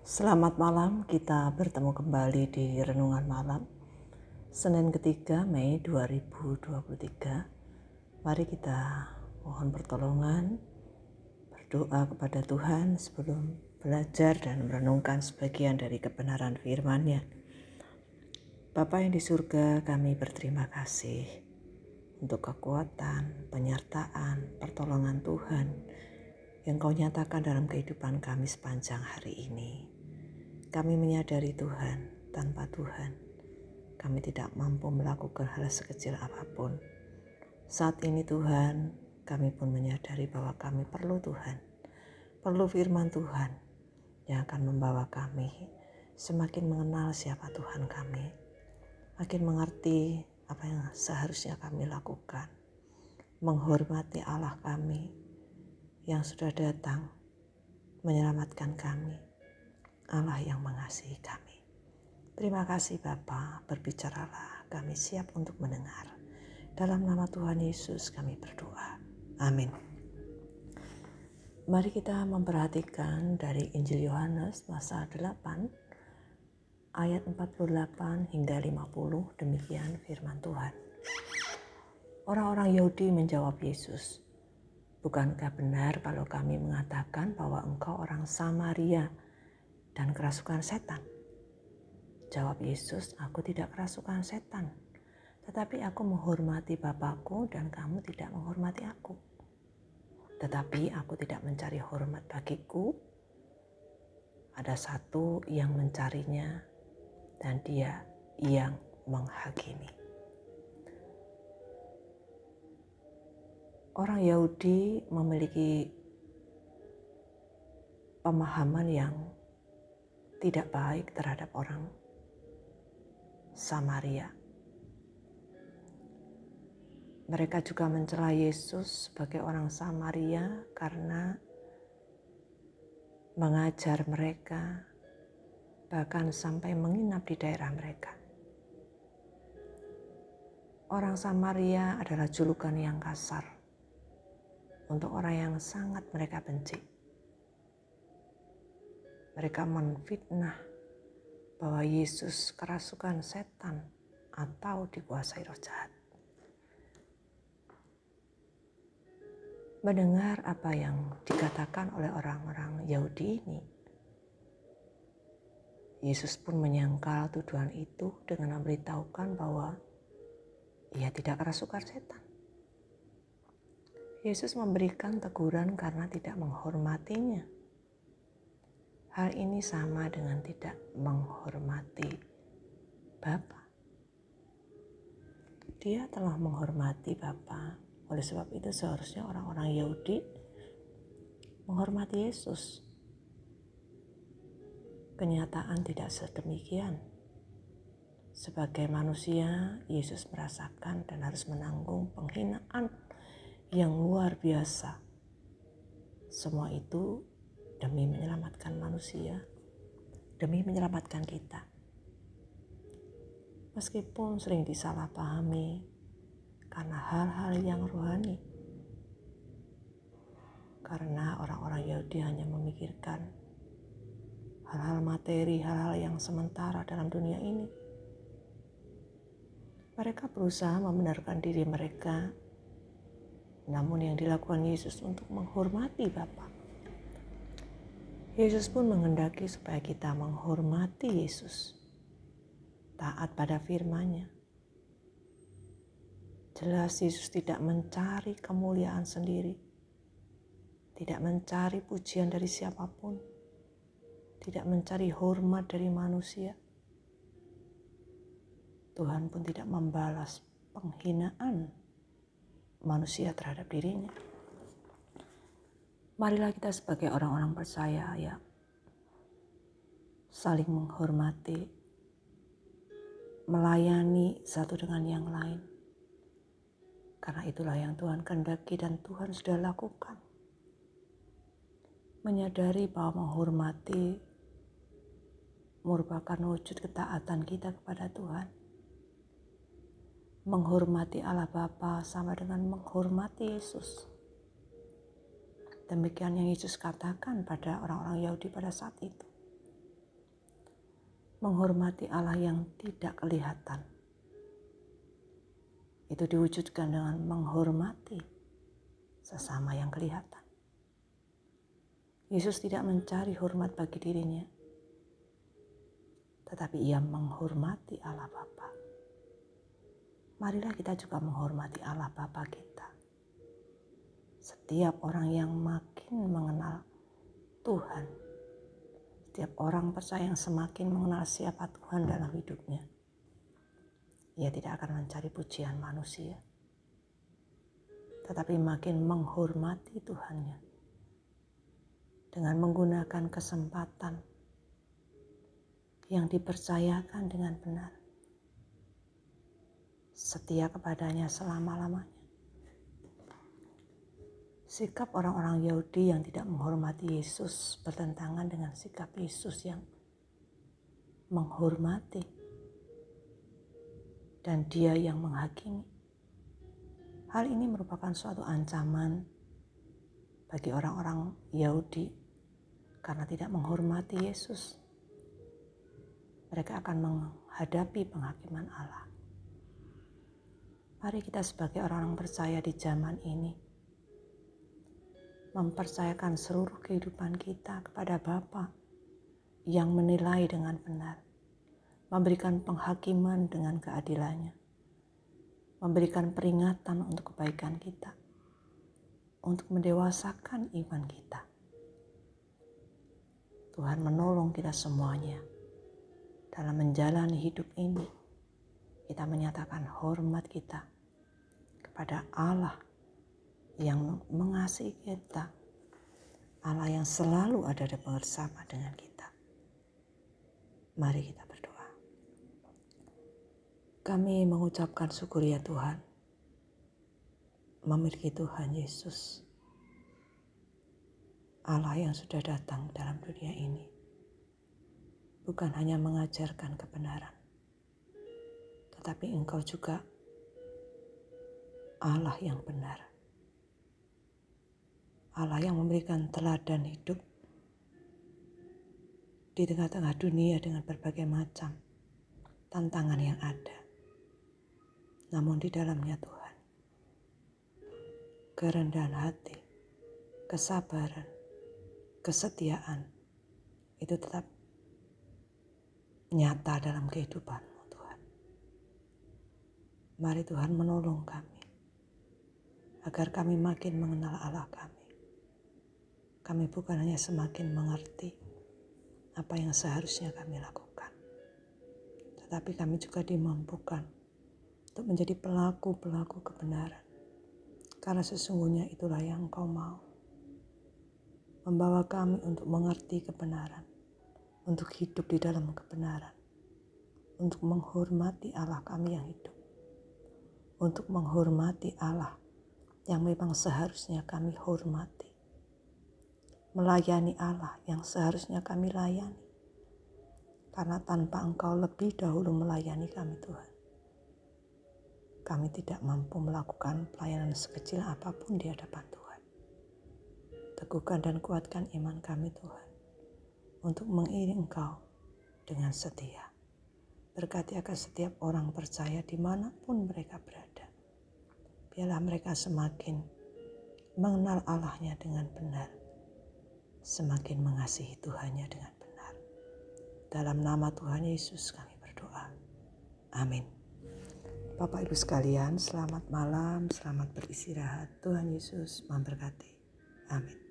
Selamat malam, kita bertemu kembali di Renungan Malam Senin ketiga Mei 2023. Mari kita mohon pertolongan, berdoa kepada Tuhan sebelum belajar dan merenungkan sebagian dari kebenaran firman-Nya. Bapa yang di surga, kami berterima kasih untuk kekuatan, penyertaan, pertolongan Tuhan yang Kau nyatakan dalam kehidupan kami sepanjang hari ini. Kami menyadari Tuhan, tanpa Tuhan, kami tidak mampu melakukan hal sekecil apapun. Saat ini Tuhan, kami pun menyadari bahwa kami perlu Tuhan. Perlu firman Tuhan yang akan membawa kami semakin mengenal siapa Tuhan kami. Makin mengerti apa yang seharusnya kami lakukan. Menghormati Allah kami yang sudah datang menyelamatkan kami. Allah yang mengasihi kami. Terima kasih Bapa, berbicaralah, kami siap untuk mendengar. Dalam nama Tuhan Yesus kami berdoa. Amin. Mari kita memperhatikan dari Injil Yohanes pasal 8 ayat 48 hingga 50, demikian firman Tuhan. Orang-orang Yahudi menjawab Yesus, "Bukankah benar kalau kami mengatakan bahwa engkau orang Samaria dan kerasukan setan?" Jawab Yesus, "Aku tidak kerasukan setan, tetapi aku menghormati Bapakku dan kamu tidak menghormati aku. Tetapi aku tidak mencari hormat bagiku. Ada satu yang mencarinya dan dia yang menghakimi." Orang Yahudi memiliki pemahaman yang tidak baik terhadap orang Samaria. Mereka juga mencela Yesus sebagai orang Samaria karena mengajar mereka, bahkan sampai menginap di daerah mereka. Orang Samaria adalah julukan yang kasar untuk orang yang sangat mereka benci. Mereka menfitnah bahwa Yesus kerasukan setan atau dikuasai roh jahat. Mendengar apa yang dikatakan oleh orang-orang Yahudi ini, Yesus pun menyangkal tuduhan itu dengan memberitahukan bahwa ia tidak kerasukan setan. Yesus memberikan teguran karena tidak menghormatinya. Hal ini sama dengan tidak menghormati Bapa. Dia telah menghormati Bapa. Oleh sebab itu seharusnya orang-orang Yahudi menghormati Yesus. Kenyataan tidak sedemikian. Sebagai manusia, Yesus merasakan dan harus menanggung penghinaan yang luar biasa. Semua itu demi menyelamatkan manusia, demi menyelamatkan kita. Meskipun sering disalahpahami karena hal-hal yang rohani. Karena orang-orang Yahudi hanya memikirkan hal-hal materi, hal-hal yang sementara dalam dunia ini. Mereka berusaha membenarkan diri mereka, namun yang dilakukan Yesus untuk menghormati Bapa. Yesus pun menghendaki supaya kita menghormati Yesus, taat pada firman-Nya. Jelas Yesus tidak mencari kemuliaan sendiri, tidak mencari pujian dari siapapun, tidak mencari hormat dari manusia. Tuhan pun tidak membalas penghinaan manusia terhadap dirinya. Marilah kita sebagai orang-orang percaya ya saling menghormati, melayani satu dengan yang lain. Karena itulah yang Tuhan kehendaki dan Tuhan sudah lakukan. Menyadari bahwa menghormati merupakan wujud ketaatan kita kepada Tuhan. Menghormati Allah Bapa sama dengan menghormati Yesus. Demikian yang Yesus katakan pada orang-orang Yahudi pada saat itu. menghormati Allah yang tidak kelihatan. Itu diwujudkan dengan menghormati sesama yang kelihatan. Yesus tidak mencari hormat bagi dirinya, tetapi ia menghormati Allah Bapa. Marilah kita juga menghormati Allah Bapa kita. Setiap orang yang makin mengenal Tuhan, setiap orang percaya yang semakin mengenal siapa Tuhan dalam hidupnya, ia tidak akan mencari pujian manusia, tetapi makin menghormati Tuhannya dengan menggunakan kesempatan yang dipercayakan dengan benar, setia kepadanya selama-lamanya. Sikap orang-orang Yahudi yang tidak menghormati Yesus bertentangan dengan sikap Yesus yang menghormati dan Dia yang menghakimi. Hal ini merupakan suatu ancaman bagi orang-orang Yahudi karena tidak menghormati Yesus. Mereka akan menghadapi penghakiman Allah. Mari kita sebagai orang-orang percaya di zaman ini mempercayakan seluruh kehidupan kita kepada Bapa yang menilai dengan benar, memberikan penghakiman dengan keadilannya, memberikan peringatan untuk kebaikan kita, untuk mendewasakan iman kita. Tuhan menolong kita semuanya dalam menjalani hidup ini. Kita menyatakan hormat kita kepada Allah yang mengasihi kita, Allah yang selalu ada bersama dengan kita. Mari kita berdoa. Kami mengucapkan syukur ya Tuhan, memiliki Tuhan Yesus, Allah yang sudah datang dalam dunia ini, bukan hanya mengajarkan kebenaran, tetapi Engkau juga Allah yang benar. Allah yang memberikan teladan hidup di tengah-tengah dunia dengan berbagai macam tantangan yang ada. Namun di dalamnya Tuhan, kerendahan hati, kesabaran, kesetiaan itu tetap nyata dalam kehidupan-Mu Tuhan. Mari Tuhan menolong kami agar kami makin mengenal Allah kami. Kami bukan hanya semakin mengerti apa yang seharusnya kami lakukan, tetapi kami juga dimampukan untuk menjadi pelaku-pelaku kebenaran. Karena sesungguhnya itulah yang Engkau mau. Membawa kami untuk mengerti kebenaran, untuk hidup di dalam kebenaran, untuk menghormati Allah kami yang hidup, untuk menghormati Allah yang memang seharusnya kami hormati, melayani Allah yang seharusnya kami layani, karena tanpa Engkau lebih dahulu melayani kami Tuhan, kami tidak mampu melakukan pelayanan sekecil apapun di hadapan Tuhan. Teguhkan dan kuatkan iman kami Tuhan, untuk mengiring Engkau dengan setia. Berkati akan setiap orang percaya dimanapun mereka berada. Biarlah mereka semakin mengenal Allahnya dengan benar, semakin mengasihi Tuhannya dengan benar. Dalam nama Tuhan Yesus kami berdoa. Amin. Bapak Ibu sekalian, selamat malam, selamat beristirahat. Tuhan Yesus memberkati. Amin.